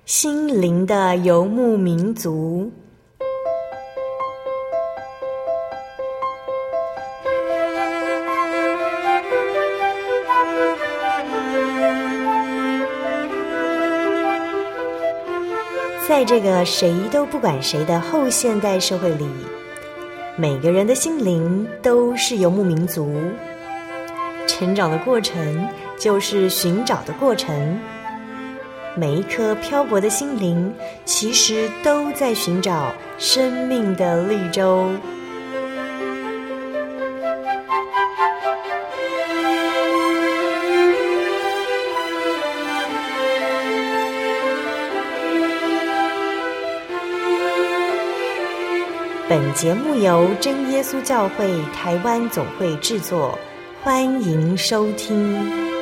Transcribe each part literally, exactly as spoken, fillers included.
心灵的游牧民族。在这个谁都不管谁的后现代社会里，每个人的心灵都是游牧民族。成长的过程就是寻找的过程，每一颗漂泊的心灵其实都在寻找生命的绿洲。本节目由真耶稣教会台湾总会制作，欢迎收听。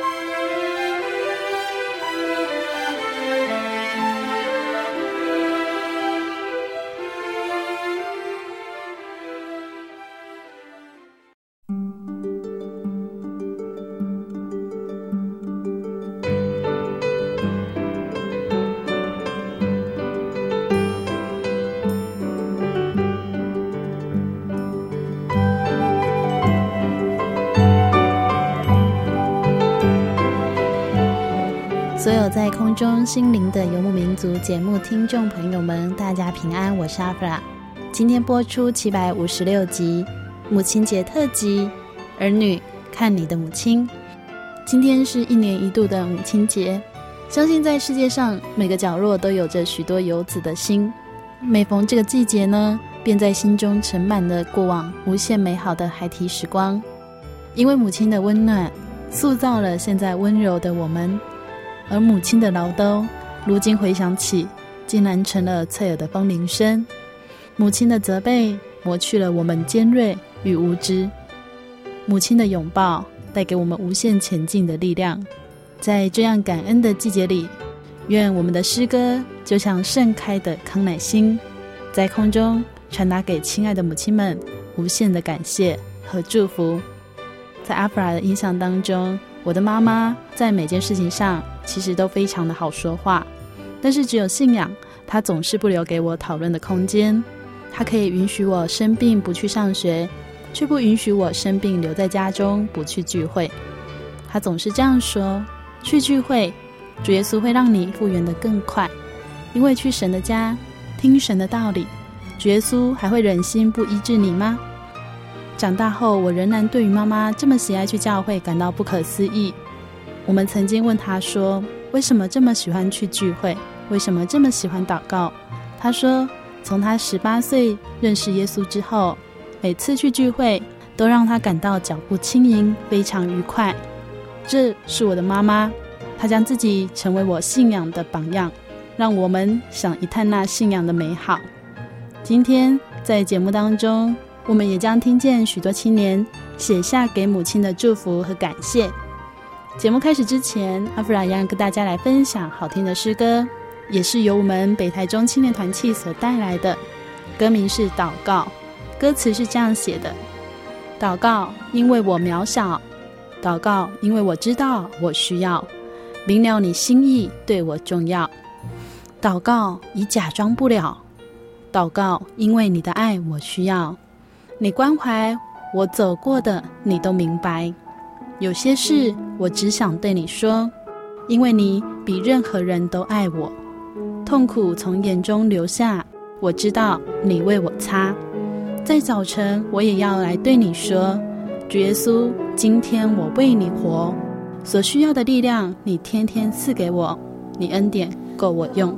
所有在空中心灵的游牧民族节目听众朋友们，大家平安，我是阿弗拉。今天播出七百五十六集母亲节特辑，儿女看你的母亲。今天是一年一度的母亲节，相信在世界上每个角落都有着许多游子的心。每逢这个季节呢，便在心中盛满了过往无限美好的孩提时光。因为母亲的温暖，塑造了现在温柔的我们。而母亲的唠叨，如今回想起，竟然成了刺耳的风铃声。母亲的责备，磨去了我们尖锐与无知。母亲的拥抱，带给我们无限前进的力量。在这样感恩的季节里，愿我们的诗歌就像盛开的康乃馨，在空中传达给亲爱的母亲们无限的感谢和祝福。在阿弗拉的印象当中，我的妈妈在每件事情上其实都非常的好说话，但是只有信仰，她总是不留给我讨论的空间。她可以允许我生病不去上学，却不允许我生病留在家中不去聚会。她总是这样说，去聚会，主耶稣会让你复原得更快，因为去神的家听神的道理，主耶稣还会忍心不医治你吗？长大后，我仍然对于妈妈这么喜爱去教会感到不可思议。我们曾经问她说，为什么这么喜欢去聚会，为什么这么喜欢祷告？她说，从她十八岁认识耶稣之后，每次去聚会都让她感到脚步轻盈，非常愉快。这是我的妈妈，她将自己成为我信仰的榜样，让我们想一探那信仰的美好。今天在节目当中，我们也将听见许多青年写下给母亲的祝福和感谢。节目开始之前，阿弗拉要跟大家来分享好听的诗歌，也是由我们北台中青年团契所带来的，歌名是祷告。歌词是这样写的：祷告，因为我渺小；祷告，因为我知道我需要；明了你心意对我重要；祷告，已假装不了；祷告，因为你的爱我需要。你关怀我走过的，你都明白。有些事我只想对你说，因为你比任何人都爱我。痛苦从眼中流下，我知道你为我擦。在早晨我也要来对你说，主耶稣，今天我为你活，所需要的力量你天天赐给我，你恩典够我用。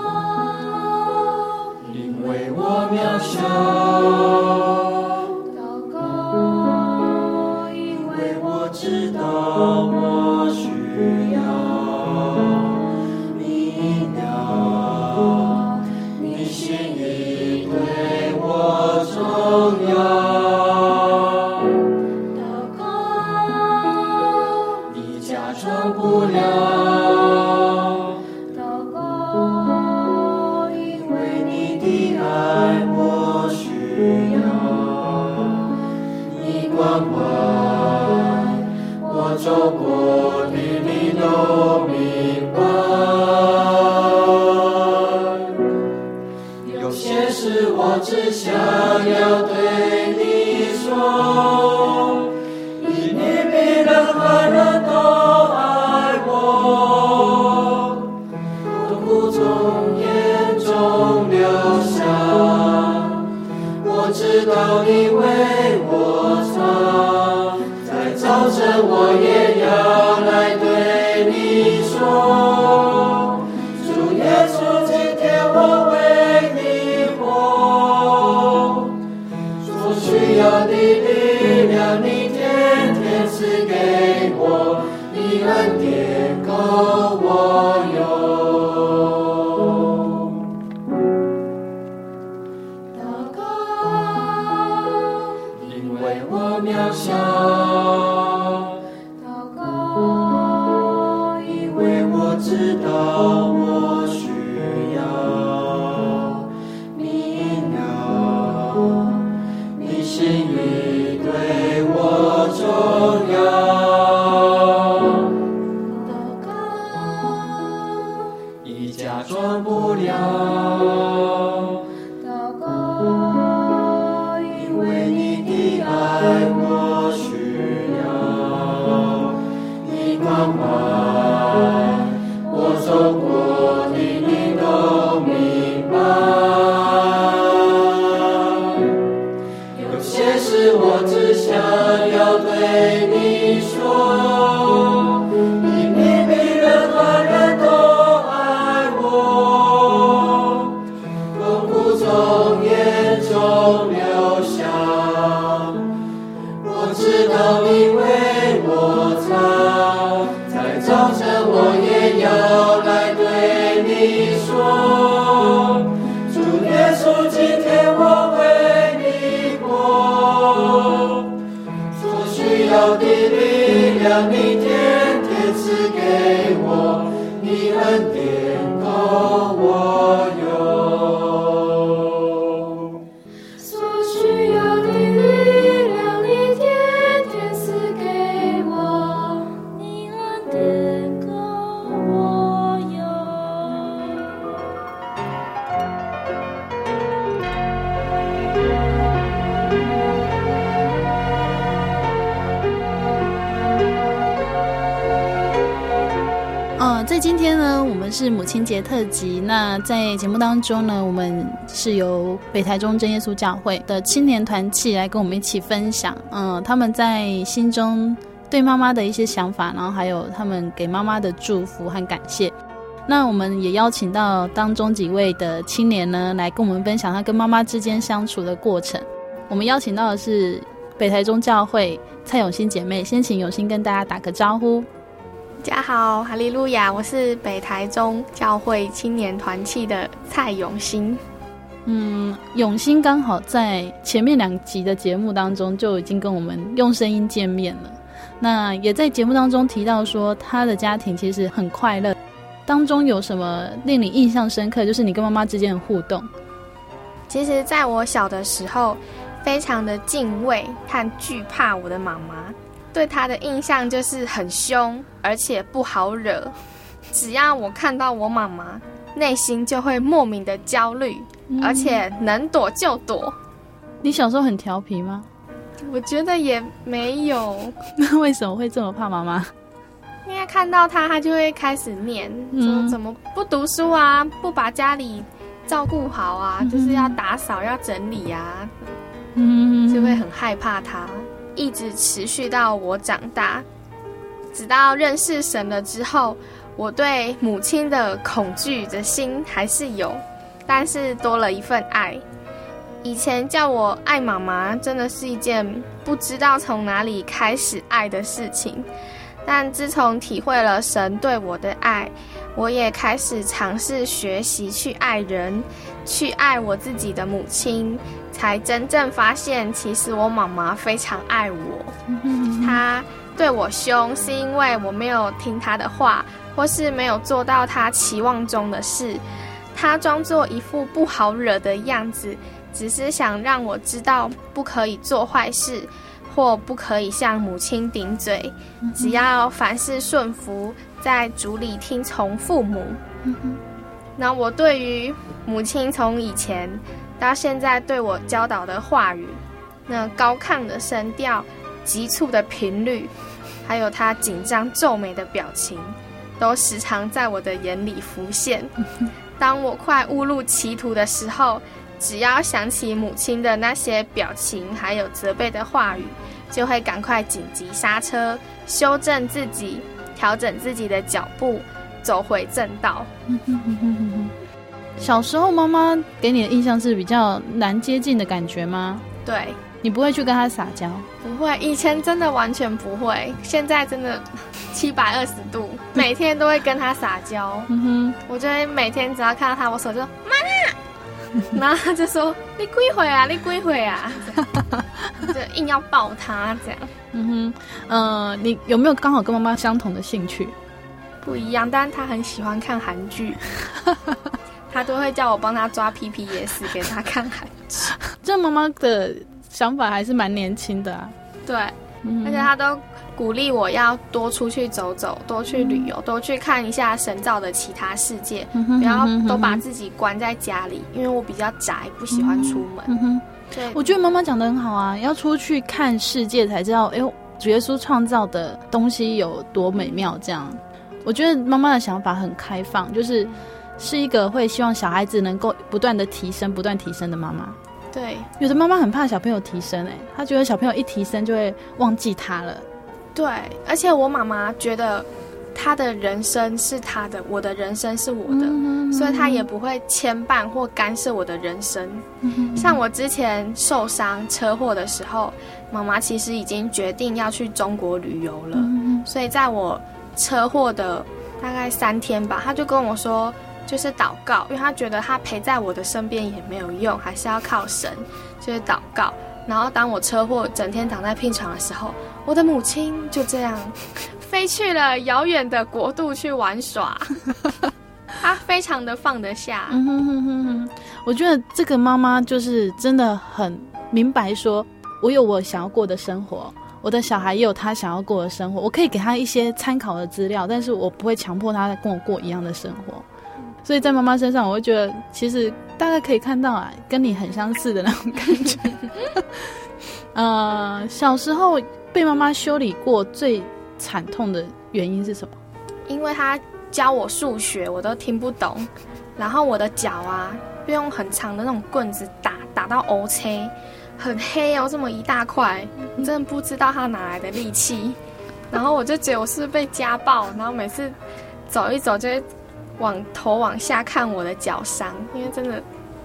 因为我渺小，知道我需要，明了你心意对我重要。祷告，你假装不了；祷告，因为你的爱我需要。 只想要对你说，因你比任何人都爱我，痛苦从眼中流下，我知道你为我擦，在早晨我也要来对你说，主耶稣，今天我为你活，所需要的力量你天天赐给我，你恩典够我用。祷告，因为我渺小，祷告，因为我知道我需要明了你心里对我重要。祷告，已假装不了，祷告，因为你的爱我需要，你关怀我走过的你都明白，有些事我只想要对你说，因你比任何人都爱我，痛苦从眼中流下，我知道你为我擦，在早晨我也要来对你说，主耶稣，今天我为你活，所需要的力量你天天赐给我，你恩典够我用。所需要的力量你天天赐给我，你恩典够我用。 呃，在今天呢，我们是母亲节特辑。那在节目当中呢，我们是由北台中真耶稣教会的青年团契来跟我们一起分享，嗯、呃，他们在心中对妈妈的一些想法，然后还有他们给妈妈的祝福和感谢。那我们也邀请到当中几位的青年呢，来跟我们分享他跟妈妈之间相处的过程。我们邀请到的是北台中教会蔡永欣姐妹，先请永欣跟大家打个招呼。 大家好，哈利路亚，我是北台中教会青年团契的蔡永欣。 嗯，永欣刚好在前面两集的节目当中就已经跟我们用声音见面了，那也在节目当中提到说他的家庭其实很快乐，当中有什么令你印象深刻，就是你跟妈妈之间的互动？ 其实在我小的时候非常的敬畏和惧怕我的妈妈，对她的印象就是很凶，而且不好惹。只要我看到我妈妈，内心就会莫名的焦虑，嗯、而且能躲就躲。 你小时候很调皮吗？ 我觉得也没有。 那为什么会这么怕妈妈？ 因为看到她，她就会开始念，说、嗯、怎么不读书啊，不把家里照顾好啊，嗯、就是要打扫要整理啊，嗯，就会很害怕她。一直持续到我长大，直到认识神了之后，我对母亲的恐惧的心还是有，但是多了一份爱。以前叫我爱妈妈，真的是一件不知道从哪里开始爱的事情。但自从体会了神对我的爱，我也开始尝试学习去爱人，去爱我自己的母亲，才真正发现其实我妈妈非常爱我。她对我凶是因为我没有听她的话，或是没有做到她期望中的事。她装作一副不好惹的样子，只是想让我知道不可以做坏事，或不可以向母亲顶嘴，只要凡事顺服，在主里听从父母。那我对于母亲从以前到现在对我教导的话语，那高亢的声调、急促的频率，还有他紧张皱眉的表情，都时常在我的眼里浮现。当我快误入歧途的时候，只要想起母亲的那些表情还有责备的话语，就会赶快紧急刹车，修正自己，调整自己的脚步，走回正道。 小时候妈妈给你的印象是比较难接近的感觉吗？ 对， 你不会去跟她撒娇？ 不会，以前真的完全不会，现在真的七百二十度，每天都会跟她撒娇。嗯哼，我就会每天只要看到她，我手就妈，然后她就说你几岁啊，你几岁啊，就硬要抱她这样。 嗯哼，呃，你有没有刚好跟妈妈相同的兴趣？ 不一样，但是她很喜欢看韩剧。他都会叫我帮他抓 P P S 给他看韩剧。 这妈妈的想法还是蛮年轻的啊。 对、嗯、而且他都鼓励我要多出去走走，多去旅游、嗯、多去看一下神造的其他世界、嗯、不要都把自己关在家里、嗯、因为我比较宅，不喜欢出门、嗯嗯、对， 我觉得妈妈讲得很好啊，要出去看世界才知道哎呦主耶稣创造的东西有多美妙。这样我觉得妈妈的想法很开放，就是是一个会希望小孩子能够不断的提升不断提升的妈妈。 对， 有的妈妈很怕小朋友提升，哎，她觉得小朋友一提升就会忘记他了。 对，而且我妈妈觉得她的人生是她的，我的人生是我的、嗯、所以她也不会牵绊或干涉我的人生、嗯、像我之前受伤车祸的时候，妈妈其实已经决定要去中国旅游了、嗯、所以在我车祸的大概三天吧，她就跟我说就是祷告，因为他觉得他陪在我的身边也没有用，还是要靠神，就是祷告。然后当我车祸整天躺在病床的时候，我的母亲就这样飞去了遥远的国度去玩耍。她非常的放得下、嗯、哼哼哼哼，我觉得这个妈妈就是真的很明白说，我有我想要过的生活，我的小孩也有他想要过的生活，我可以给他一些参考的资料，但是我不会强迫他跟我过一样的生活。所以在妈妈身上我会觉得其实大概可以看到啊，跟你很相似的那种感觉。呃，小时候被妈妈修理过最惨痛的原因是什么？ 因为她教我数学我都听不懂，然后我的脚啊被用很长的那种棍子打打到黑青，很黑哦，这么一大块，我真的不知道她哪来的力气。然后我就觉得我是不是被家暴，然后每次走一走就会往头往下看我的脚伤，因为真的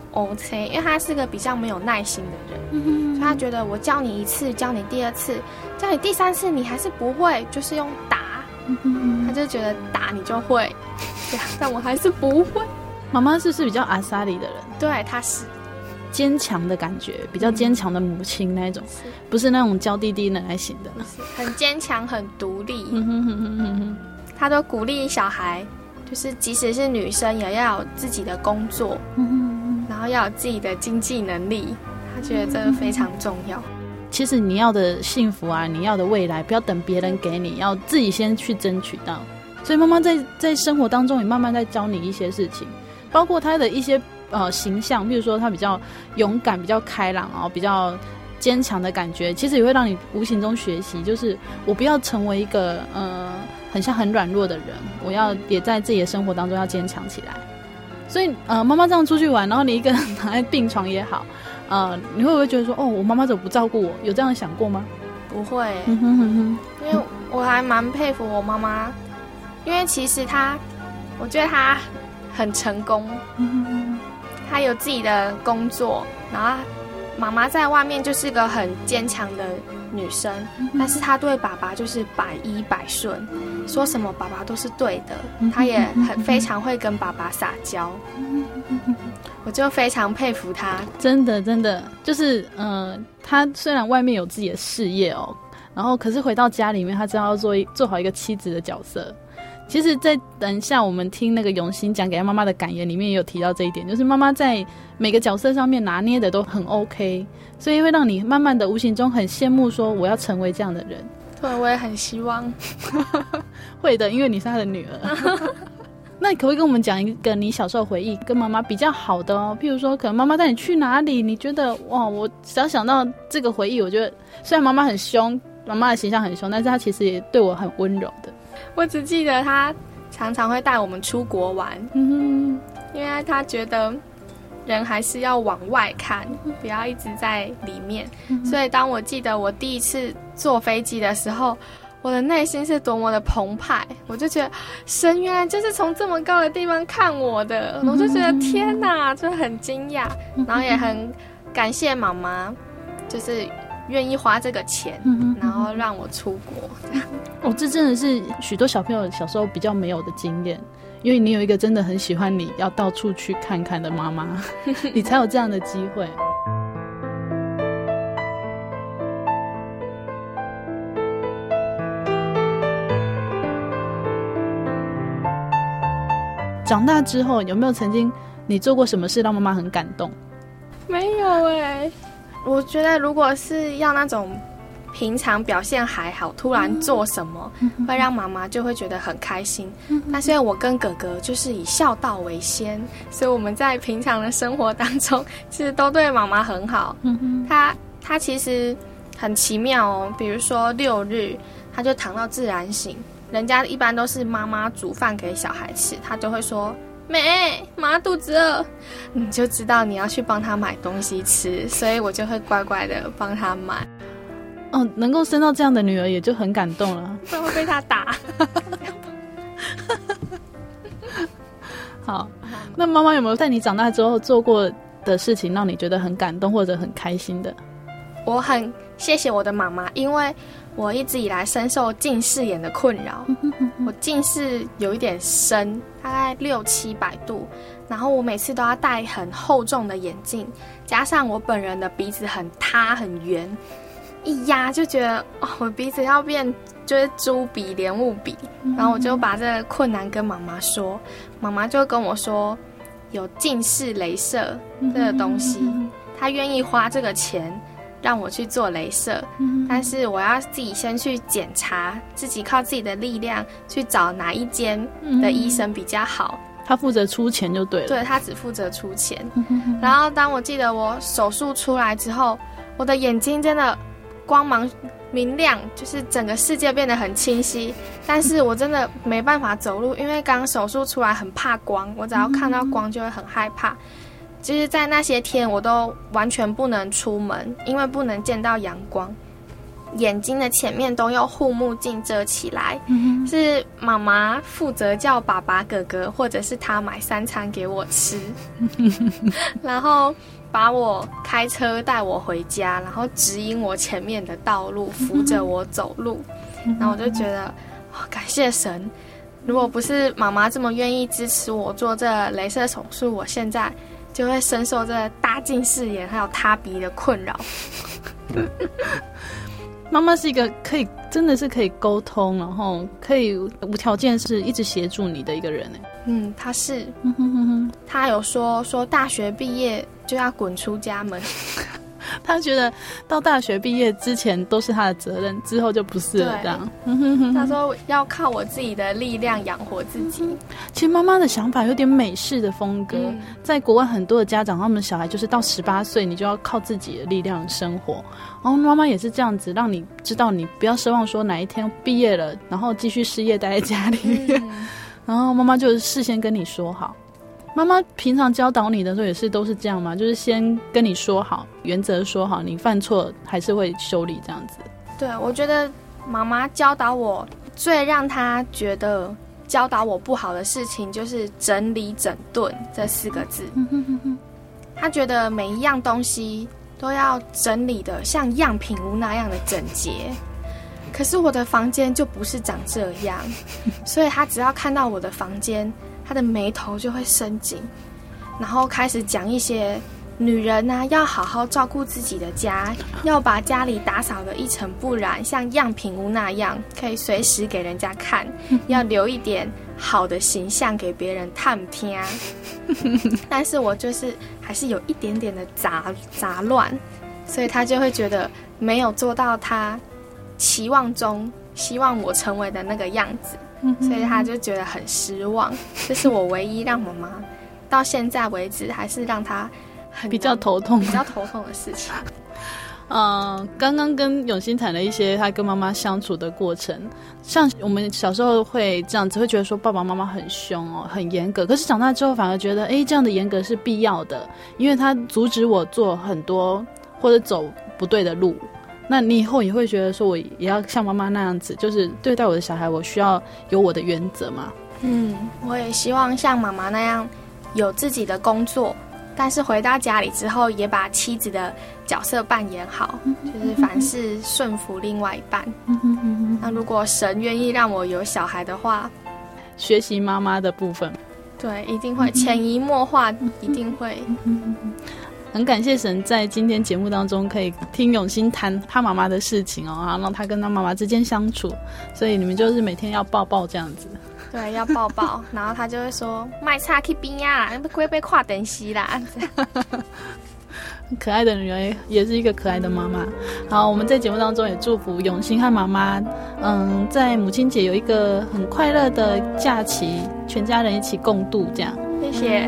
OK， 因为他是个比较没有耐心的人、嗯、所以他觉得我教你一次，教你第二次，教你第三次你还是不会，就是用打、嗯、他就觉得打你就会，但我还是不会。 妈妈是不是比较阿莎里的人？ 对，他是坚强的感觉，比较坚强的母亲那种、嗯、不是那种娇滴滴奶奶型的， 很坚强很独立、嗯、哼哼哼哼，他都鼓励小孩就是即使是女生也要有自己的工作、嗯、然后要有自己的经济能力，他觉得这个非常重要。 其实你要的幸福啊，你要的未来不要等别人给你，要自己先去争取到。所以妈妈在在生活当中也慢慢在教你一些事情，包括她的一些呃形象，比如说她比较勇敢比较开朗，然后比较坚强的感觉，其实也会让你无形中学习，就是我不要成为一个呃很像很软弱的人，我要也在自己的生活当中要坚强起来。所以呃，妈妈这样出去玩，然后你一个人躺在病床也好，呃，你会不会觉得说，哦，我妈妈怎么不照顾我？有这样想过吗？ 不会，嗯哼哼哼，因为我还蛮佩服我妈妈，因为其实她，我觉得她很成功，嗯哼哼，她有自己的工作，然后妈妈在外面就是个很坚强的女生，但是她对爸爸就是百依百顺，说什么爸爸都是对的，她也很非常会跟爸爸撒娇，我就非常佩服她。 真的真的就是呃，她虽然外面有自己的事业哦，然后可是回到家里面她知道要做一做好一个妻子的角色。其实在等一下我们听那个永新讲给他妈妈的感言里面也有提到这一点，就是妈妈在每个角色上面拿捏的都很 OK， 所以会让你慢慢的无形中很羡慕说我要成为这样的人。 对，我也很希望。 会的，因为你是他的女儿。 那你可不可以跟我们讲一个你小时候回忆跟妈妈比较好的哦？譬如说可能妈妈带你去哪里，你觉得哇，我只要想到这个回忆，我觉得虽然妈妈很凶，妈妈的形象很凶，但是她其实也对我很温柔的。 我只记得她常常会带我们出国玩，嗯，因为她觉得人还是要往外看，不要一直在里面，嗯，所以当我记得我第一次坐飞机的时候，我的内心是多么的澎湃，我就觉得神原来就是从这么高的地方看我的，我就觉得天哪，就很惊讶，然后也很感谢妈妈，就是愿意花这个钱，然后让我出国。 哦，这真的是许多小朋友小时候比较没有的经验，因为你有一个真的很喜欢你要到处去看看的妈妈，你才有这样的机会。长大之后有没有曾经你做过什么事让妈妈很感动？ 没有耶、欸、我觉得如果是要那种平常表现还好，突然做什么、嗯、会让妈妈就会觉得很开心、嗯、但是因为我跟哥哥就是以孝道为先，所以我们在平常的生活当中其实都对妈妈很好、嗯、他他其实很奇妙哦，比如说六日他就躺到自然醒，人家一般都是妈妈煮饭给小孩吃，他就会说妹，妈肚子饿，你就知道你要去帮他买东西吃，所以我就会乖乖的帮他买。 哦，能够生到这样的女儿也就很感动了， 不然会被他打。 好，那妈妈有没有在你长大之后做过的事情让你觉得很感动或者很开心的？ 我很谢谢我的妈妈，因为我一直以来深受近视眼的困扰，我近视有一点深，大概六七百度，然后我每次都要戴很厚重的眼镜，加上我本人的鼻子很塌很圆，一压就觉得、哦、我鼻子要变就是猪鼻莲雾鼻，然后我就把这个困难跟妈妈说，妈妈就跟我说有近视雷射这个东西，她愿意花这个钱让我去做雷射、嗯、但是我要自己先去检查，自己靠自己的力量去找哪一间的医生比较好、嗯、 他负责出钱就对了。 对，他只负责出钱、嗯、然后当我记得我手术出来之后，我的眼睛真的光芒明亮，就是整个世界变得很清晰，但是我真的没办法走路，因为刚手术出来很怕光，我只要看到光就会很害怕，就是在那些天我都完全不能出门，因为不能见到阳光，眼睛的前面都用护目镜遮起来、嗯、是妈妈负责叫爸爸哥哥或者是他买三餐给我吃然后把我开车带我回家，然后指引我前面的道路，扶着我走路、嗯、然后我就觉得、哦、感谢神，如果不是妈妈这么愿意支持我做这个雷射手术，我现在就会深受这大近视眼还有塌鼻的困扰。 妈妈是一个可以真的是可以沟通，然后可以无条件是一直协助你的一个人。 嗯，她是她有说说大学毕业就要滚出家门他觉得到大学毕业之前都是他的责任，之后就不是了这样。 他说要靠我自己的力量养活自己。 其实妈妈的想法有点美式的风格、嗯、在国外很多的家长他们的小孩就是到十八岁你就要靠自己的力量生活，然后妈妈也是这样子让你知道你不要奢望说哪一天毕业了然后继续失业待在家里面、嗯、然后妈妈就事先跟你说好。妈妈平常教导你的时候也是都是这样吗？就是先跟你说好，原则说好，你犯错还是会修理这样子。 对，我觉得妈妈教导我最让她觉得教导我不好的事情就是整理整顿这四个字。她觉得每一样东西都要整理的像样品屋那样的整洁，可是我的房间就不是长这样，所以她只要看到我的房间，他的眉头就会深紧，然后开始讲一些女人啊要好好照顾自己的家，要把家里打扫得一尘不染，像样品屋那样可以随时给人家看，要留一点好的形象给别人探听但是我就是还是有一点点的杂杂乱，所以他就会觉得没有做到他期望中希望我成为的那个样子，所以他就觉得很失望。这是我唯一让妈妈到现在为止还是让他很比较头痛、 比较头痛的事情。 呃，刚刚跟永新谈了一些他跟妈妈相处的过程，像我们小时候会这样子，会觉得说爸爸妈妈很凶哦，很严格。可是长大之后反而觉得，哎，这样的严格是必要的，因为他阻止我做很多或者走不对的路。那你以后也会觉得说，我也要像妈妈那样子，就是对待我的小孩，我需要有我的原则嘛？ 嗯，我也希望像妈妈那样有自己的工作。但是回到家里之后，也把妻子的角色扮演好，就是凡事顺服另外一半。那如果神愿意让我有小孩的话， 学习妈妈的部分，对， 一定会潜移默化，一定会。 很感谢神在今天节目当中可以听永新谈他妈妈的事情哦，然后让他跟他妈妈之间相处，所以你们就是每天要抱抱这样子。 对，要抱抱，然后他就会说卖差去边呀，会被跨等西啦。 可爱的女儿也是一个可爱的妈妈。好，我们在节目当中也祝福永新和妈妈，嗯，在母亲节有一个很快乐的假期，全家人一起共度，这样。 谢谢。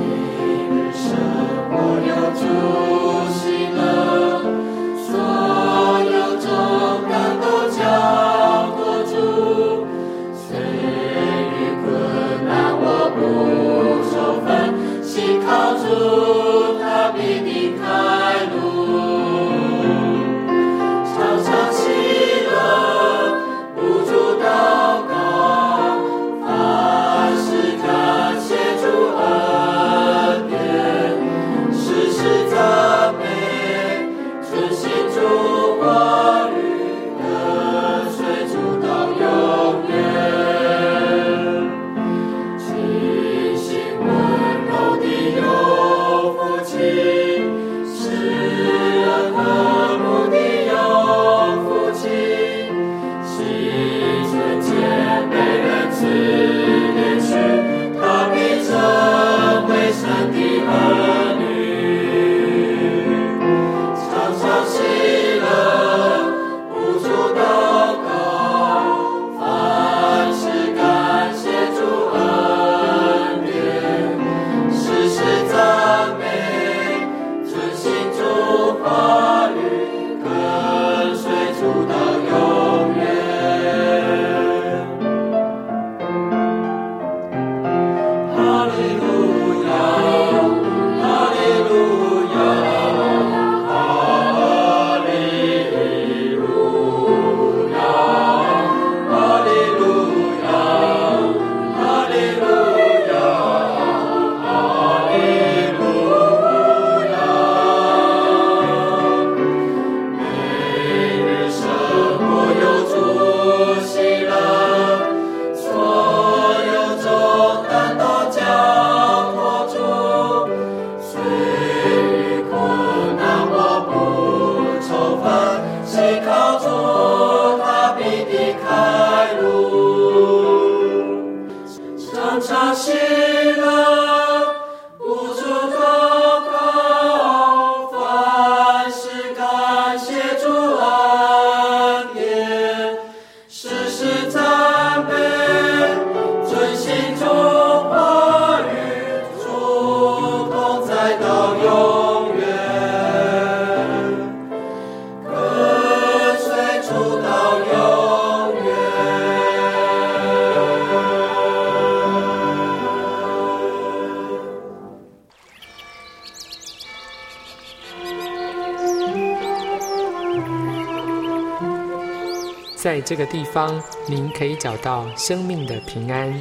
在这个地方，您可以找到生命的平安。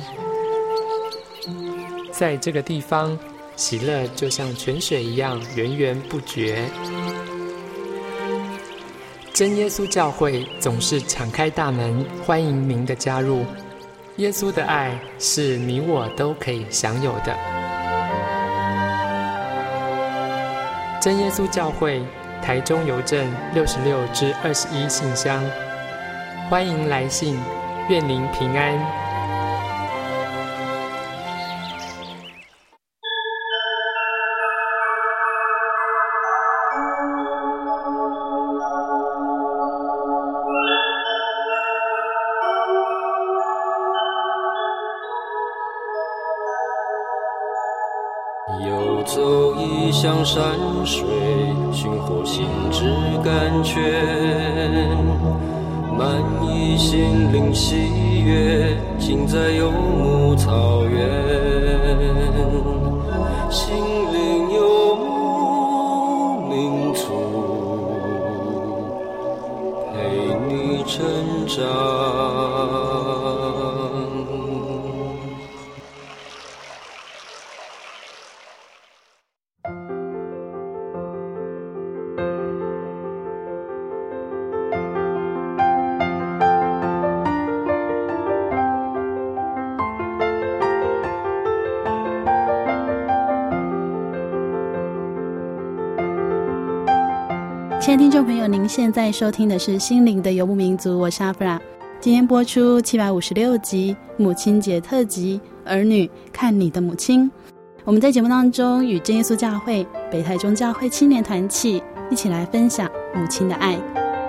在这个地方，喜乐就像泉水一样源源不绝。真耶稣教会总是敞开大门，欢迎您的加入。耶稣的爱是你我都可以享有的。真耶稣教会台中邮政六十六至二十一信箱，欢迎来信，愿您平安。 走异乡山水，寻获心之甘泉，满溢心灵喜悦，尽在游牧草原。心灵游牧民族，陪你成长。 亲爱的听众朋友，您现在收听的是心灵的游牧民族，我是阿弗拉。今天播出七百五十六集母亲节特辑儿女看你的母亲。我们在节目当中与真耶稣教会北台中教会青年团契一起来分享母亲的爱。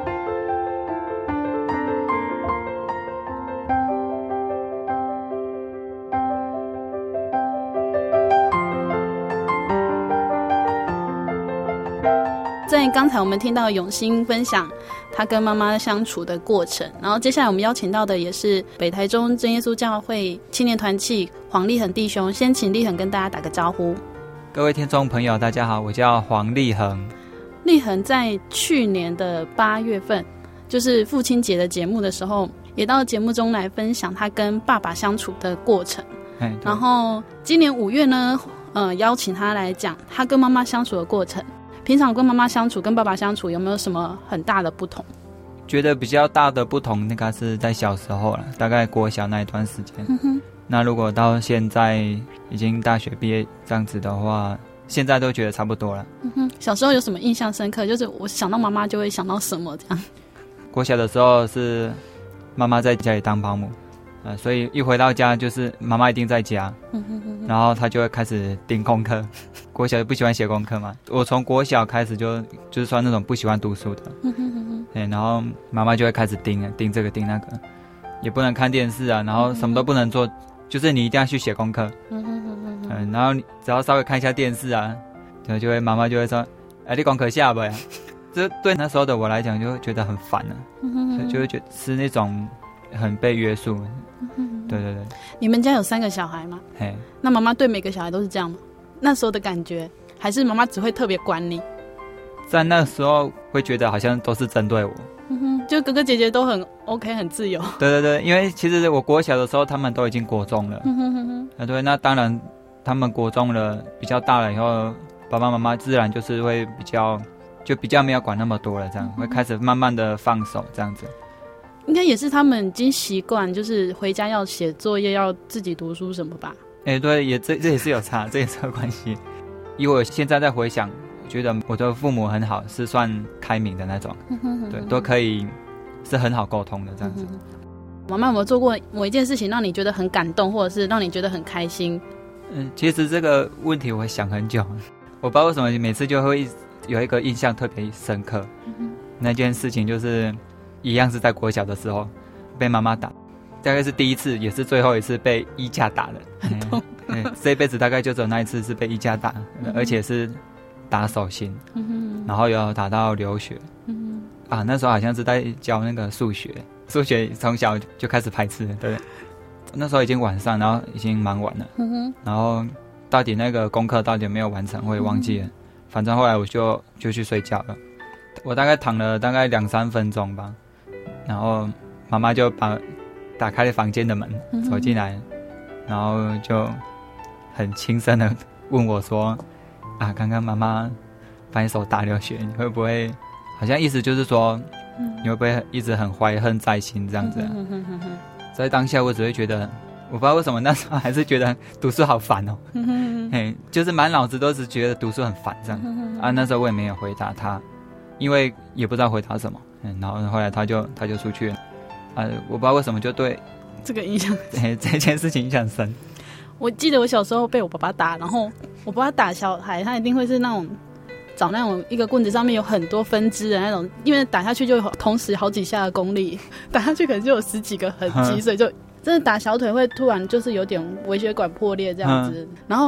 在刚才我们听到永兴分享他跟妈妈相处的过程，然后接下来我们邀请到的也是北台中真耶稣教会青年团契黄立恒弟兄，先请立恒跟大家打个招呼。 各位听众朋友大家好，我叫黄立恒。 立恒在去年的八月份，就是父亲节的节目的时候，也到节目中来分享他跟爸爸相处的过程。然后今年五月呢，呃，邀请他来讲他跟妈妈相处的过程。平常跟妈妈相处跟爸爸相处有没有什么很大的不同？ 觉得比较大的不同那个是在小时候了，大概国小那一段时间、嗯、那如果到现在已经大学毕业这样子的话，现在都觉得差不多了、 嗯、哼小时候有什么印象深刻？就是我想到妈妈就会想到什么这样。 国小的时候是妈妈在家里当保姆、呃、所以一回到家就是妈妈一定在家、嗯、哼哼哼然后她就会开始盯功课。国小不喜欢写功课嘛，我从国小开始就就是算那种不喜欢读书的，嗯哼哼哼对，然后妈妈就会开始盯盯这个盯那个，也不能看电视啊，然后什么都不能做，就是你一定要去写功课，嗯哼哼哼嗯，然后你只要稍微看一下电视啊，就就会妈妈就会说，哎，你功课下吧，这对那时候的我来讲就会觉得很烦啊，嗯哼哼所以就会觉得是那种很被约束，嗯哼哼对对对。 你们家有三个小孩吗？嘿，那妈妈对每个小孩都是这样吗？那时候的感觉，还是妈妈只会特别管你？ 在那时候会觉得好像都是针对我， 嗯哼，就哥哥姐姐都很 OK 很自由。 对对对，因为其实我国小的时候他们都已经国中了，嗯哼哼哼、啊、对，那当然他们国中了比较大了以后，爸爸妈妈自然就是会比较就比较没有管那么多了，这样、嗯、会开始慢慢的放手这样子。 应该也是他们已经习惯，就是回家要写作业要自己读书什么吧。 哎、欸，对，也这这也是有差，这也是有关系。以我现在在回想，我觉得我的父母很好，是算开明的那种，对，都可以是很好沟通的这样子。 妈妈有没有做过某一件事情让你觉得很感动，或者是让你觉得很开心？ 嗯，其实这个问题我会想很久，我不知道为什么每次就会有一个印象特别深刻。嗯、那件事情就是一样是在国小的时候被妈妈打。大概是第一次也是最后一次被衣架打的， 很痛、 嗯嗯、这一辈子大概就只有那一次是被衣架打、嗯、而且是打手心、嗯、然后有打到流血、嗯、啊，那时候好像是在教那个数学数学从小就开始排斥了，对，那时候已经晚上，然后已经忙完了、嗯、然后到底那个功课到底有没有完成我也忘记了、嗯、反正后来我就就去睡觉了，我大概躺了大概两三分钟吧，然后妈妈就把打开了房间的门走进来、嗯、然后就很轻声的问我说啊，刚刚妈妈把你手打流血，你会不会好像意思就是说、嗯、你会不会一直很怀恨在心这样子、啊嗯、哼哼哼在当下我只会觉得我不知道为什么那时候还是觉得读书好烦哦、嗯、哼哼就是满脑子都是觉得读书很烦这样、嗯、哼哼啊，那时候我也没有回答他，因为也不知道回答什么、嗯、然后后来他就他就出去了啊，我不知道为什么就对这个印象这件事情印象深。 我记得我小时候被我爸爸打，然后我爸爸打小孩，他一定会是那种找那种一个棍子上面有很多分支的那种，因为打下去就有同时好几下的功力，打下去可能就有十几个痕迹，所以就真的打小腿会突然就是有点微血管破裂这样子。然后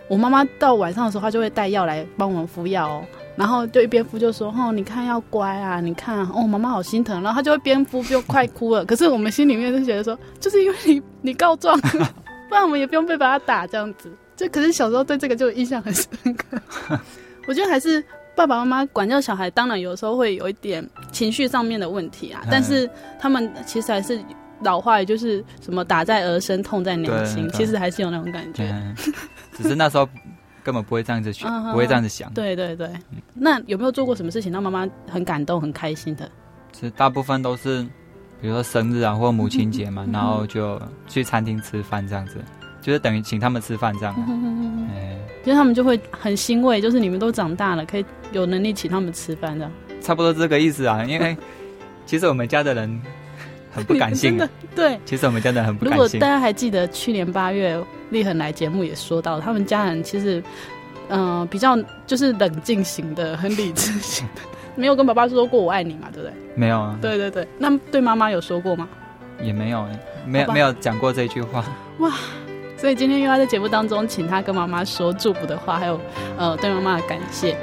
我妈妈到晚上的时候，她就会带药来帮我们敷药哦。然后就一边敷就说：“哦，你看要乖啊，你看哦，妈妈好心疼。”然后她就会边敷就快哭了。可是我们心里面就觉得说，就是因为你你告状，不然我们也不用被把他打这样子。就可是小时候对这个就印象很深刻。我觉得还是爸爸妈妈管教小孩，当然有时候会有一点情绪上面的问题啊，但是他们其实还是老话，也就是什么打在儿身，痛在娘心，其实还是有那种感觉。 嗯、只是那时候根本不会这样子想，不会这样子想。 对对对，那有没有做过什么事情让妈妈很感动、很开心的？ 其实大部分都是，比如说生日啊，或母亲节嘛，然后就去餐厅吃饭这样子，就是等于请他们吃饭这样、啊。嗯欸、就是他们就会很欣慰，就是你们都长大了，可以有能力请他们吃饭这样。 差不多这个意思啊，因为其实我们家的人很不感性的， 对， 其实我们家的人很不感性。 如果大家还记得去年八月立恒来节目也说到，他们家人其实嗯、呃、比较就是冷静型的，很理智型的，没有跟爸爸说过我爱你嘛，对不对？ 没有啊。 对对对，那对妈妈有说过吗？ 也没有，没有没有讲过这句话。 哇，所以今天又要在节目当中请他跟妈妈说祝福的话，还有呃对妈妈的感谢。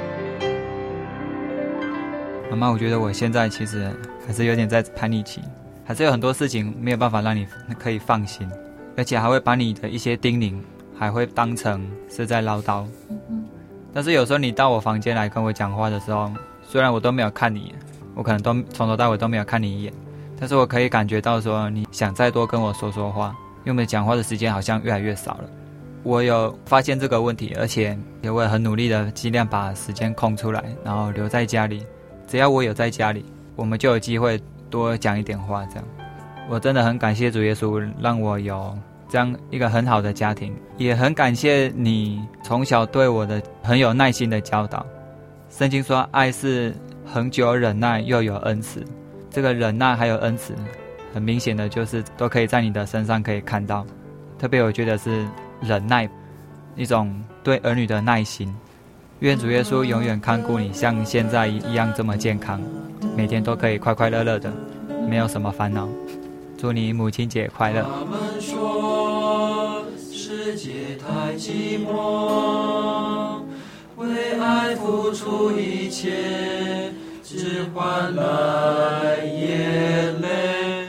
妈妈，我觉得我现在其实还是有点在叛逆期，还是有很多事情没有办法让你可以放心，而且还会把你的一些叮咛还会当成是在唠叨。嗯、但是有时候你到我房间来跟我讲话的时候，虽然我都没有看你，我可能都从头到尾都没有看你一眼，但是我可以感觉到说你想再多跟我说说话，因为我们讲话的时间好像越来越少了。我有发现这个问题，而且也会很努力的尽量把时间空出来，然后留在家里。只要我有在家里，我们就有机会多讲一点话这样。我真的很感谢主耶稣让我有这样一个很好的家庭，也很感谢你从小对我的很有耐心的教导。圣经说爱是恒久忍耐又有恩慈，这个忍耐还有恩慈很明显的就是都可以在你的身上可以看到。特别我觉得是忍耐，一种对儿女的耐心。愿主耶稣永远看顾你，像现在一样这么健康，每天都可以快快乐乐的，没有什么烦恼。祝你母亲节快乐。 他们说世界太寂寞，为爱付出一切，只换来眼泪。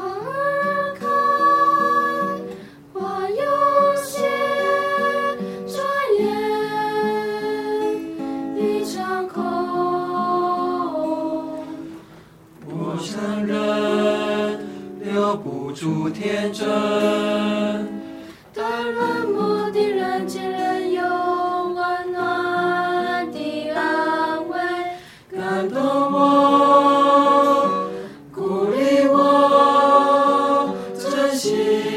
留不住天真， 但冷漠的人见人有温暖的安慰， 感动我，鼓励我，珍惜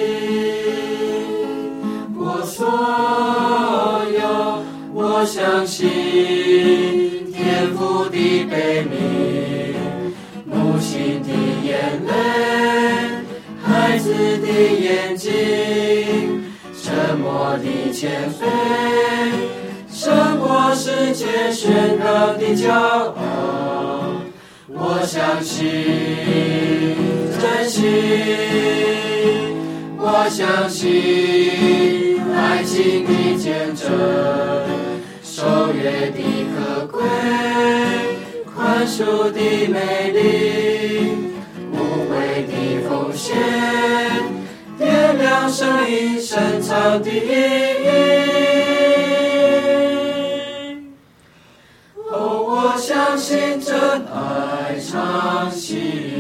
我所有。我相信天父的悲悯，母亲的眼泪，孩子的眼睛，沉默的谦卑，胜过世界喧嚷的骄傲。我相信，珍惜，我相信爱情的见证，守约的可贵，宽恕的美丽，无悔的奉献，点亮生命深藏的意义。哦，我相信真爱长情。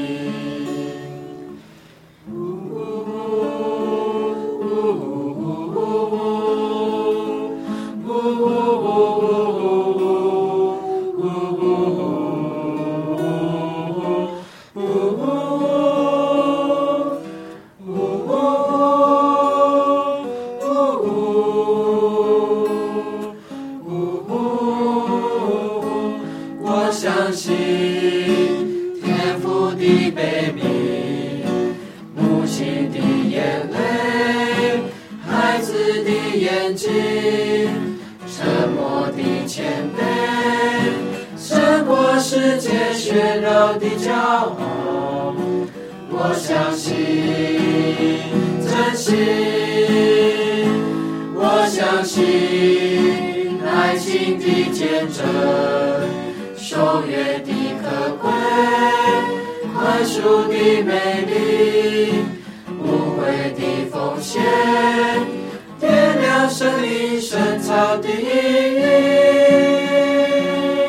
喧嚷的骄傲，我相信珍惜，我我相信爱情的见证，守约的可贵，宽恕的美丽，无悔的奉献，点亮生命深藏的意义。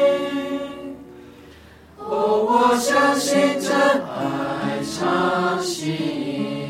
哦，我相信真爱长新。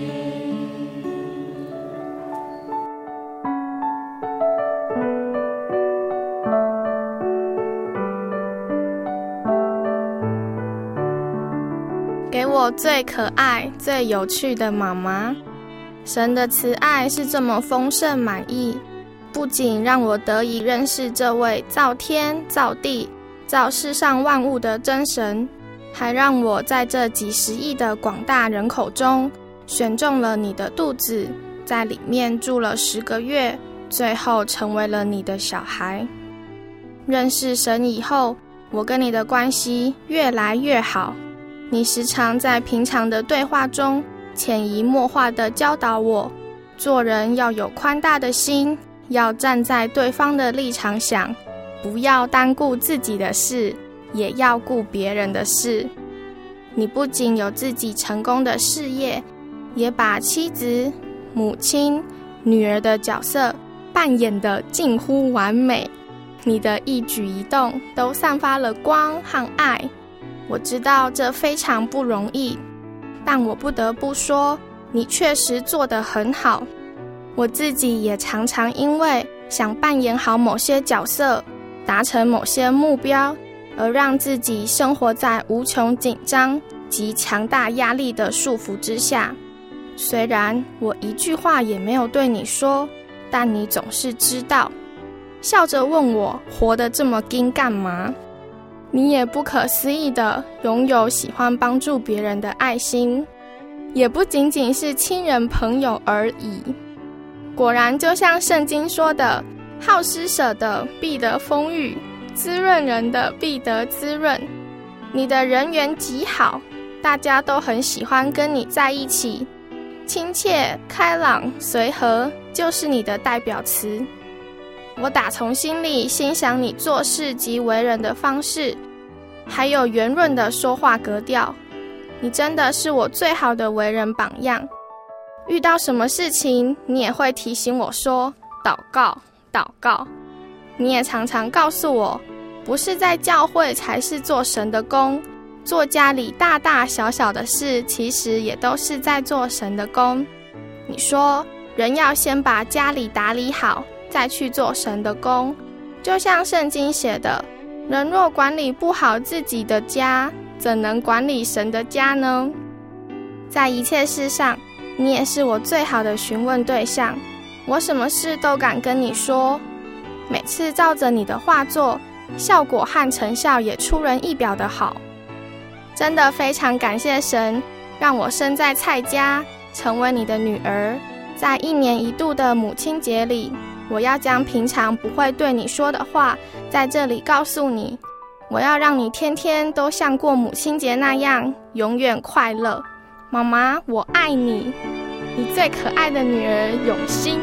给我最可爱、最有趣的妈妈。神的慈爱是这么丰盛满溢，不仅让我得以认识这位造天、造地、造世上万物的真神，还让我在这几十亿的广大人口中选中了你的肚子，在里面住了十个月，最后成为了你的小孩。认识神以后，我跟你的关系越来越好。你时常在平常的对话中潜移默化地教导我，做人要有宽大的心，要站在对方的立场想，不要单顾自己的事，也要顾别人的事。你不仅有自己成功的事业，也把妻子、母亲、女儿的角色扮演得近乎完美。你的一举一动都散发了光和爱。我知道这非常不容易，但我不得不说，你确实做得很好。我自己也常常因为想扮演好某些角色，达成某些目标，而让自己生活在无穷紧张及强大压力的束缚之下。虽然我一句话也没有对你说，但你总是知道，笑着问我活得这么硬干嘛。你也不可思议地拥有喜欢帮助别人的爱心，也不仅仅是亲人朋友而已。果然就像圣经说的，好施舍的必得丰裕，滋润人的必得滋润。你的人缘极好，大家都很喜欢跟你在一起，亲切、开朗、随和就是你的代表词。我打从心里欣赏你做事及为人的方式，还有圆润的说话格调。你真的是我最好的为人榜样。遇到什么事情，你也会提醒我说祷告祷告。你也常常告诉我，不是在教会才是做神的工，做家里大大小小的事，其实也都是在做神的工。你说人要先把家里打理好，再去做神的工。就像圣经写的，人若管理不好自己的家，怎能管理神的家呢？在一切事上，你也是我最好的询问对象，我什么事都敢跟你说。每次照着你的话做，效果和成效也出人意表的好。真的非常感谢神，让我生在蔡家，成为你的女儿。在一年一度的母亲节里，我要将平常不会对你说的话在这里告诉你，我要让你天天都像过母亲节那样永远快乐。妈妈，我爱你，你最可爱的女儿永欣。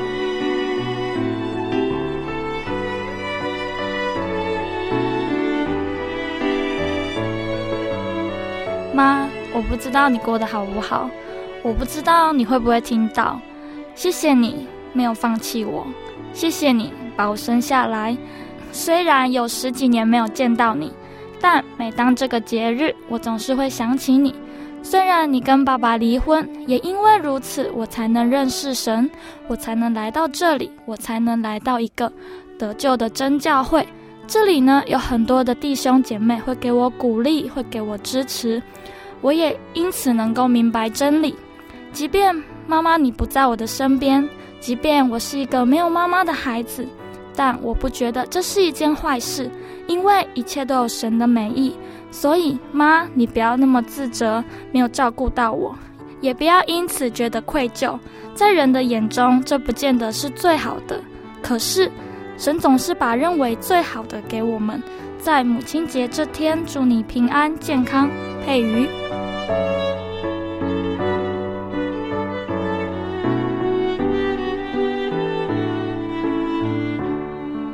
妈，我不知道你过得好不好，我不知道你会不会听到。谢谢你没有放弃我，谢谢你把我生下来。虽然有十几年没有见到你，但每当这个节日，我总是会想起你。虽然你跟爸爸离婚，也因为如此，我才能认识神，我才能来到这里，我才能来到一个得救的真教会。这里呢，有很多的弟兄姐妹会给我鼓励，会给我支持，我也因此能够明白真理。即便妈妈你不在我的身边，即便我是一个没有妈妈的孩子，但我不觉得这是一件坏事，因为一切都有神的美意。所以妈，你不要那么自责，没有照顾到我，也不要因此觉得愧疚。在人的眼中，这不见得是最好的，可是神总是把认为最好的给我们。在母亲节这天，祝你平安健康。佩瑜。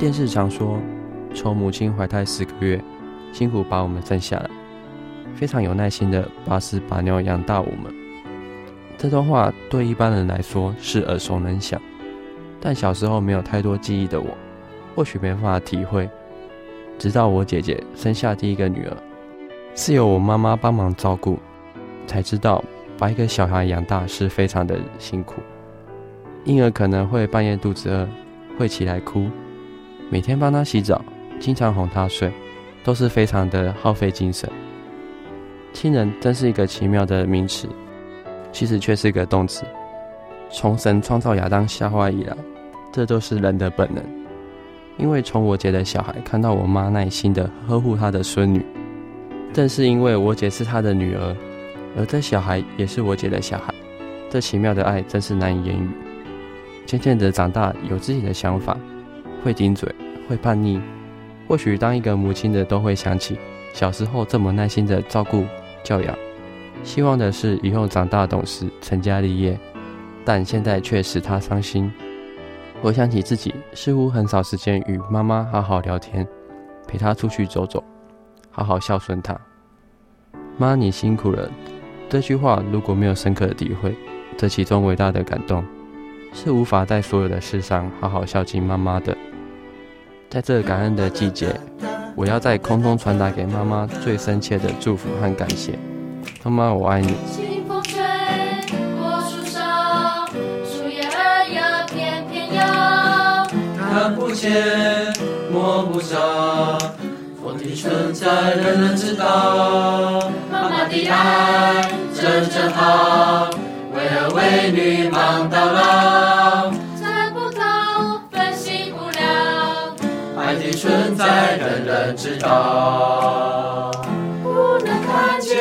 电视常说，从母亲怀胎十个月，辛苦把我们生下来，非常有耐心的把屎把尿养大我们。这段话对一般人来说是耳熟能详，但小时候没有太多记忆的我，或许没办法体会。直到我姐姐生下第一个女儿，是由我妈妈帮忙照顾，才知道把一个小孩养大是非常的辛苦。婴儿可能会半夜肚子饿，会起来哭，每天帮他洗澡，经常哄他睡，都是非常的耗费精神。亲人真是一个奇妙的名词，其实却是个动词。从神创造亚当夏娃以来，这都是人的本能。因为从我姐的小孩看到我妈耐心的呵护她的孙女，正是因为我姐是她的女儿，而这小孩也是我姐的小孩，这奇妙的爱真是难以言语。渐渐的长大，有自己的想法，会顶嘴，会叛逆。或许当一个母亲的都会想起小时候这么耐心的照顾教养，希望的是以后长大懂事，成家立业，但现在却使她伤心。回想起自己似乎很少时间与妈妈好好聊天，陪她出去走走，好好孝顺她。妈，你辛苦了。这句话如果没有深刻的体会，这其中伟大的感动，是无法在所有的事上好好孝敬妈妈的。在这感恩的季节，我要在空中传达给妈妈最深切的祝福和感谢。妈妈，我爱你。 清风吹过树梢，树叶儿呀翩翩摇， 看不见摸不着，风的存在人人知道。妈妈的爱真真好，为儿为女忙到老， 猜不到分析不了， 爱的存在人人知道。不能看见，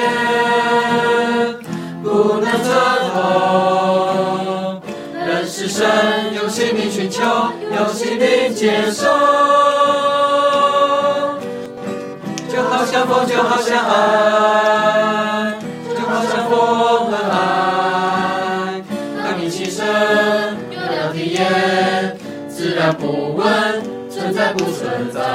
不能测透，人是神，用心灵寻求，用心灵接受。就好像风，就好像爱，就好像风和爱。当你起身，有了体验，自然不问存在不存在。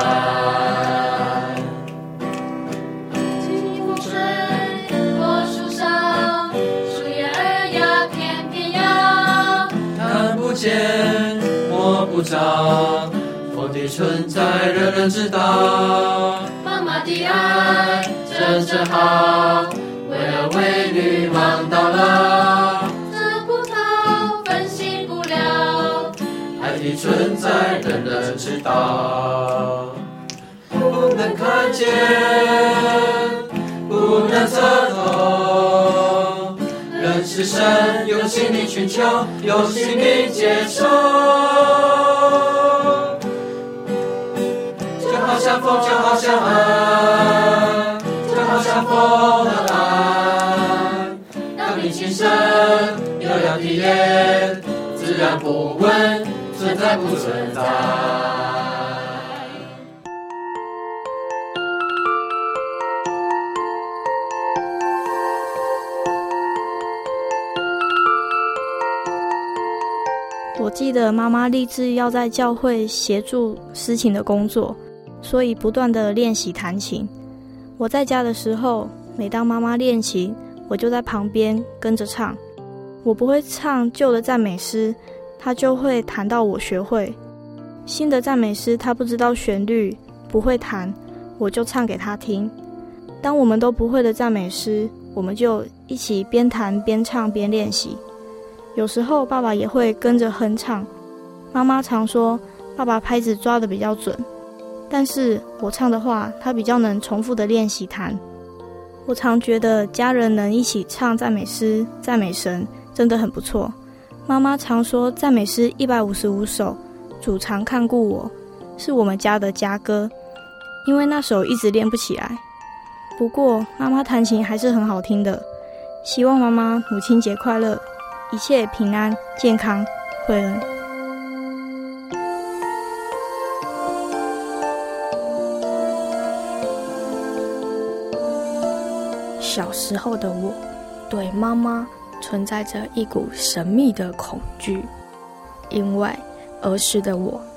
清风吹过树梢，树叶儿呀翩翩摇， 看不见摸不着，风的存在人人知道。 妈妈的爱真真好，为儿为女忙到老，测不到分析不了， 爱的存在人人知道。不能看见，不能测透，人是神，用心灵寻求，用心灵接受。就好像风，就好像爱，就好像风和爱。当你亲身有了体验，自然不问存在不存在。 我记得妈妈立志要在教会协助司琴的工作，所以不断的练习弹琴。我在家的时候，每当妈妈练琴，我就在旁边跟着唱。我不会唱旧的赞美诗，她就会弹到我学会。新的赞美诗她不知道旋律，不会弹，我就唱给她听。当我们都不会的赞美诗，我们就一起边弹边唱边练习。有时候爸爸也会跟着哼唱。妈妈常说爸爸拍子抓得比较准，但是我唱的话，他比较能重复的练习弹。我常觉得家人能一起唱赞美诗、赞美神，真的很不错。妈妈常说赞美诗一百五十五首，主常看顾我，是我们家的家歌，因为那首一直练不起来。不过妈妈弹琴还是很好听的。希望妈妈母亲节快乐，一切平安健康，惠恩。 小时候的我，对妈妈存在着一股神秘的恐惧，因为儿时的我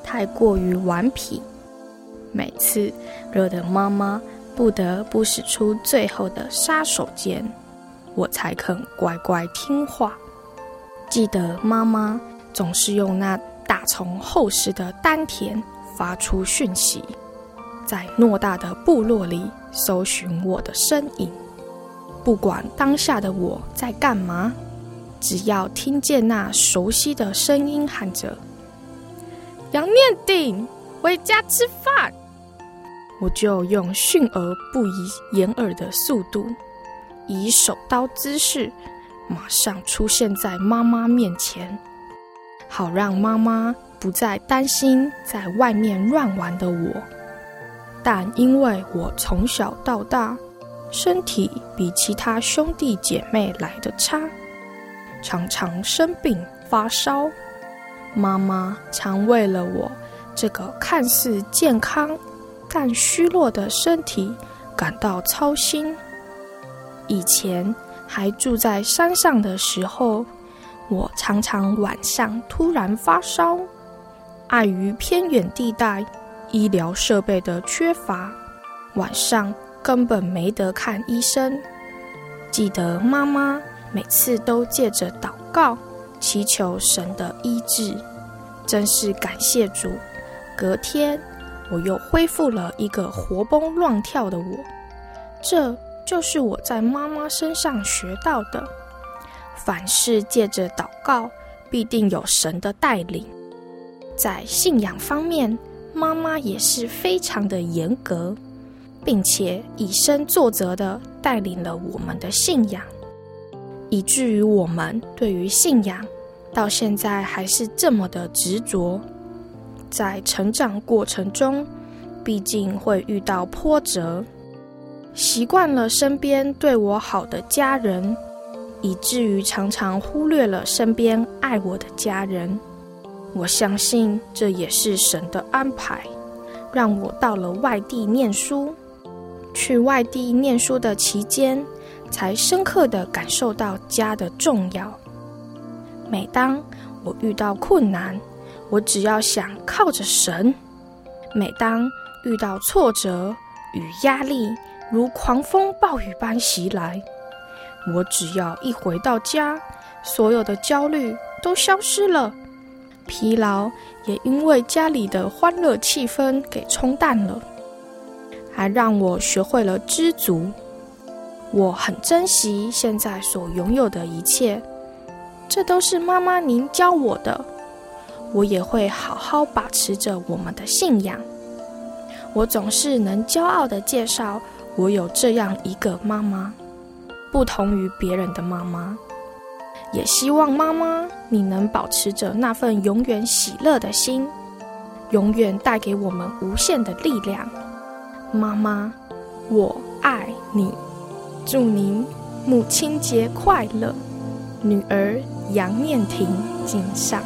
太过于顽皮，每次惹得妈妈不得不使出最后的杀手锏，我才肯乖乖听话。记得妈妈总是用那大从厚实的丹田发出讯息，在偌大的部落里搜寻我的身影。不管当下的我在干嘛，只要听见那熟悉的声音喊着杨念鼎回家吃饭，我就用迅而不遗掩耳的速度，以手刀姿势马上出现在妈妈面前，好让妈妈不再担心在外面乱玩的我。但因为我从小到大身体比其他兄弟姐妹来得差，常常生病发烧，妈妈常为了我这个看似健康但虚弱的身体感到操心。以前还住在山上的时候，我常常晚上突然发烧，碍于偏远地带医疗设备的缺乏，晚上根本没得看医生。记得妈妈每次都借着祷告祈求神的医治，真是感谢主。隔天我又恢复了一个活蹦乱跳的我，这就是我在妈妈身上学到的，凡事借着祷告必定有神的带领。在信仰方面，妈妈也是非常的严格，并且以身作则地带领了我们的信仰，以至于我们对于信仰到现在还是这么的执着。在成长过程中，毕竟会遇到波折，习惯了身边对我好的家人，以至于常常忽略了身边爱我的家人。我相信这也是神的安排，让我到了外地念书。去外地念书的期间，才深刻地感受到家的重要。每当我遇到困难，我只要想靠着神；每当遇到挫折与压力如狂风暴雨般袭来，我只要一回到家，所有的焦虑都消失了，疲劳也因为家里的欢乐气氛给冲淡了，还让我学会了知足。我很珍惜现在所拥有的一切，这都是妈妈您教我的，我也会好好把持着我们的信仰。我总是能骄傲地介绍我有这样一个妈妈，不同于别人的妈妈。也希望妈妈你能保持着那份永远喜乐的心，永远带给我们无限的力量。妈妈，我爱你。祝您母亲节快乐，女儿杨念婷敬上。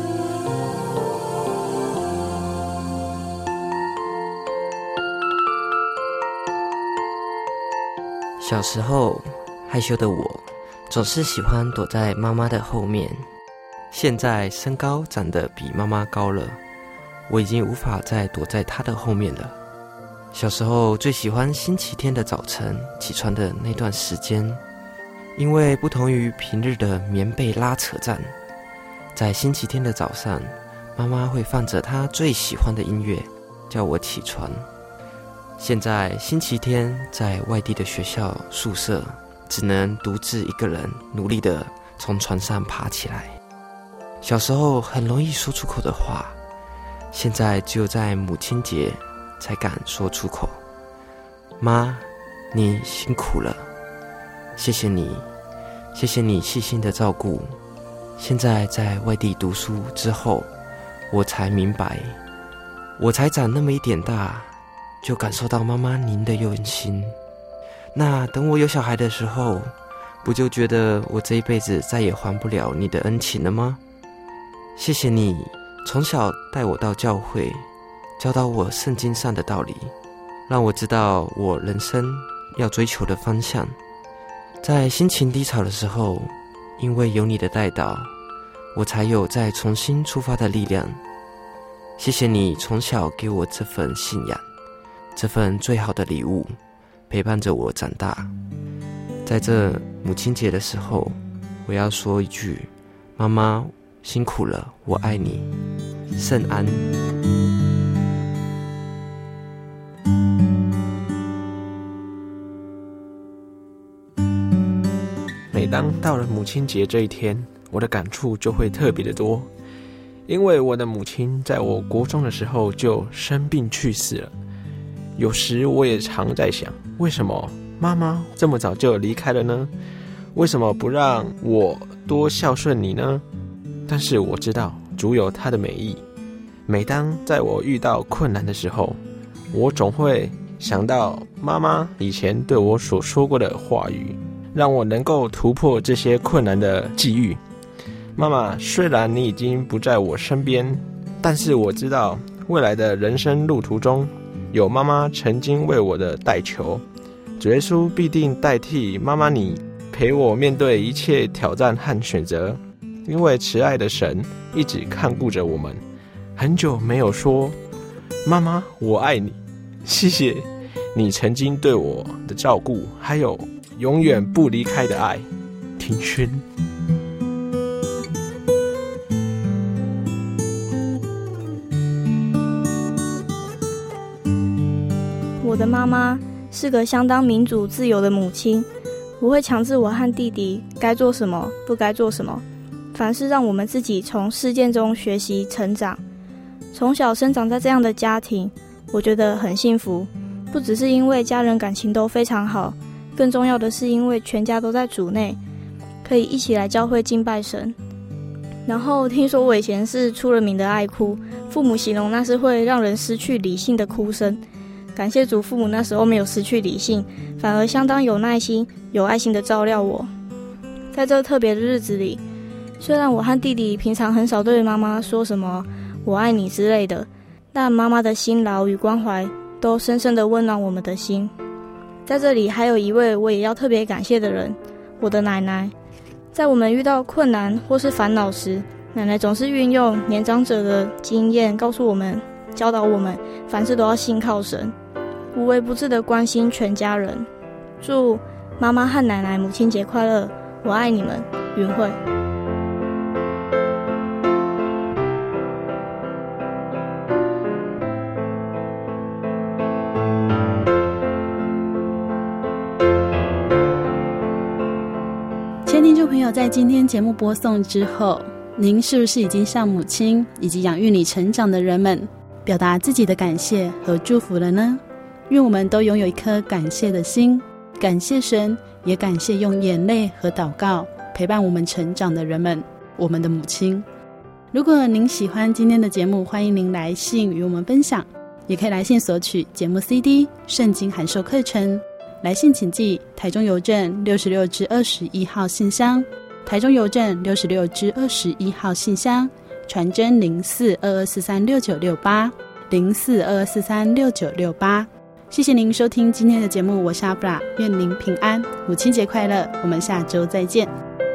小时候害羞的我总是喜欢躲在妈妈的后面，现在身高长得比妈妈高了，我已经无法再躲在她的后面了。小时候最喜欢星期天的早晨起床的那段时间，因为不同于平日的棉被拉扯战，在星期天的早上，妈妈会放着她最喜欢的音乐叫我起床。现在星期天在外地的学校宿舍，只能独自一个人努力地从床上爬起来。小时候很容易说出口的话，现在只有在母亲节才敢说出口。妈，你辛苦了，谢谢你，谢谢你细心的照顾。现在在外地读书之后，我才明白，我才长那么一点大，就感受到妈妈您的用心。那等我有小孩的时候，不就觉得我这一辈子再也还不了你的恩情了吗？谢谢你从小带我到教会，教导我圣经上的道理，让我知道我人生要追求的方向。在心情低潮的时候，因为有你的带导，我才有再重新出发的力量。 谢谢你从小给我这份信仰，这份最好的礼物，陪伴着我长大。在这母亲节的时候，我要说一句：妈妈辛苦了，我爱你，圣安。 每当到了母亲节这一天，我的感触就会特别的多，因为我的母亲在我国中的时候就生病去世了。有时我也常在想，为什么妈妈这么早就离开了呢？为什么不让我多孝顺你呢？但是我知道主有他的美意。每当在我遇到困难的时候，我总会想到妈妈以前对我所说过的话语，让我能够突破这些困难的际遇。妈妈，虽然你已经不在我身边，但是我知道未来的人生路途中，有妈妈曾经为我的代求。主耶稣必定代替妈妈你，陪我面对一切挑战和选择，因为慈爱的神一直看顾着我们。很久没有说妈妈我爱你，谢谢你曾经对我的照顾，还有永远不离开的爱。庭轩。 我的妈妈是个相当民主自由的母亲，不会强制我和弟弟该做什么不该做什么，凡事让我们自己从事件中学习成长。从小生长在这样的家庭，我觉得很幸福，不只是因为家人感情都非常好，更重要的是因为全家都在主内，可以一起来教会敬拜神。然后听说我以前是出了名的爱哭，父母形容那是会让人失去理性的哭声。感谢主，父母那时候没有失去理性，反而相当有耐心有爱心的照料我。在这特别的日子里，虽然我和弟弟平常很少对妈妈说什么我爱你之类的，但妈妈的辛劳与关怀都深深地温暖我们的心。在这里还有一位我也要特别感谢的人，我的奶奶。在我们遇到困难或是烦恼时，奶奶总是运用年长者的经验告诉我们，教导我们凡事都要信靠神，无微不至地关心全家人。祝妈妈和奶奶母亲节快乐，我爱你们，云慧。 亲爱的听众朋友，在今天节目播送之后，您是不是已经向母亲以及养育你成长的人们表达自己的感谢和祝福了呢？愿我们都拥有一颗感谢的心，感谢神，也感谢用眼泪和祷告陪伴我们成长的人们，我们的母亲。如果您喜欢今天的节目，欢迎您来信与我们分享，也可以来信索取节目 C D、 圣经函授课程。来信请寄台中邮政六十六至二十一号信箱，台中邮政六十六至二十一号信箱，传真零四二二四三六九六八 零四二二四三六九六八。谢谢您收听今天的节目，我是阿布拉，愿您平安，母亲节快乐，我们下周再见。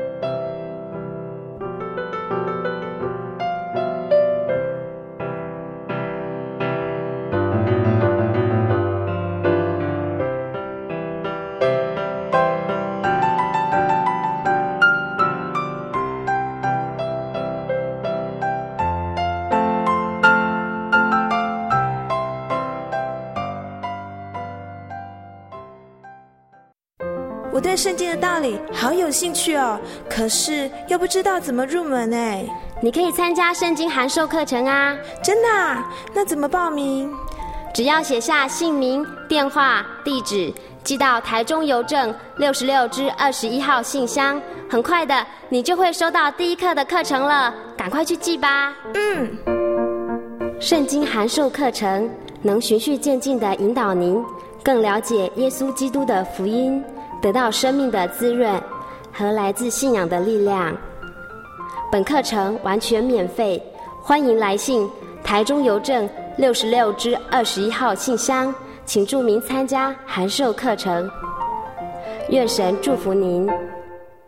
我对圣经的道理好有兴趣哦，可是又不知道怎么入门哎。 你可以参加圣经函授课程啊。 真的啊？那怎么报名？ 只要写下姓名、电话、地址，寄到台中邮政六十六至二十一号信箱，很快的你就会收到第一课的课程了，赶快去寄吧。 嗯。 圣经函授课程能循序渐进地引导您更了解耶稣基督的福音，得到生命的滋润和来自信仰的力量。本课程完全免费，欢迎来信台中邮政六十六至二十一号信箱，请注明参加函授课程。愿神祝福您。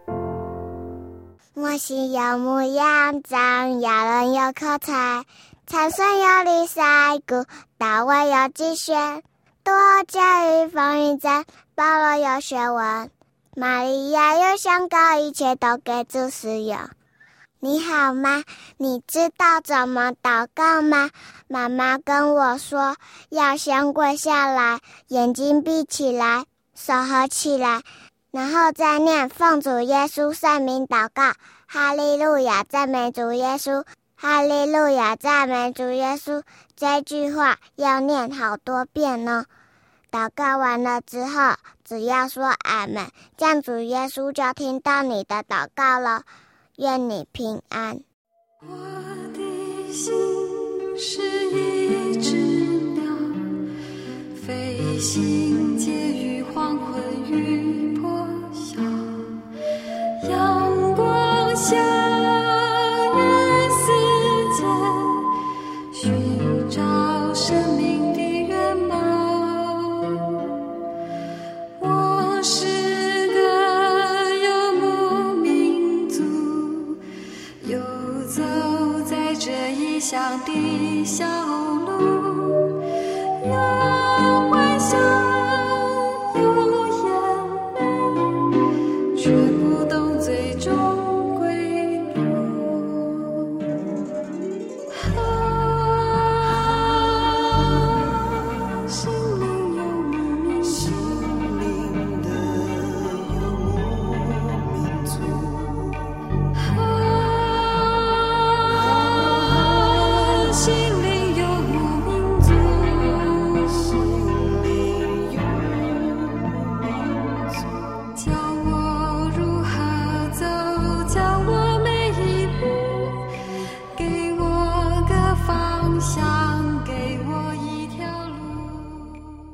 我是游牧羊长，有人有口才， 参孙有理赛谷，大卫有计选，多加于风云战，保罗有学问，玛利亚有香膏，一切都给主使用。你好吗？你知道怎么祷告吗？妈妈跟我说，要先跪下来，眼睛闭起来，手合起来，然后再念奉主耶稣圣名祷告，哈利路亚，赞美主耶稣，哈利路亚，赞美主耶稣。这句话要念好多遍哦。祷告完了之后，只要说阿们，这样主耶稣就听到你的祷告了。愿你平安。 我的心是一只鸟，飞行介于黄昏与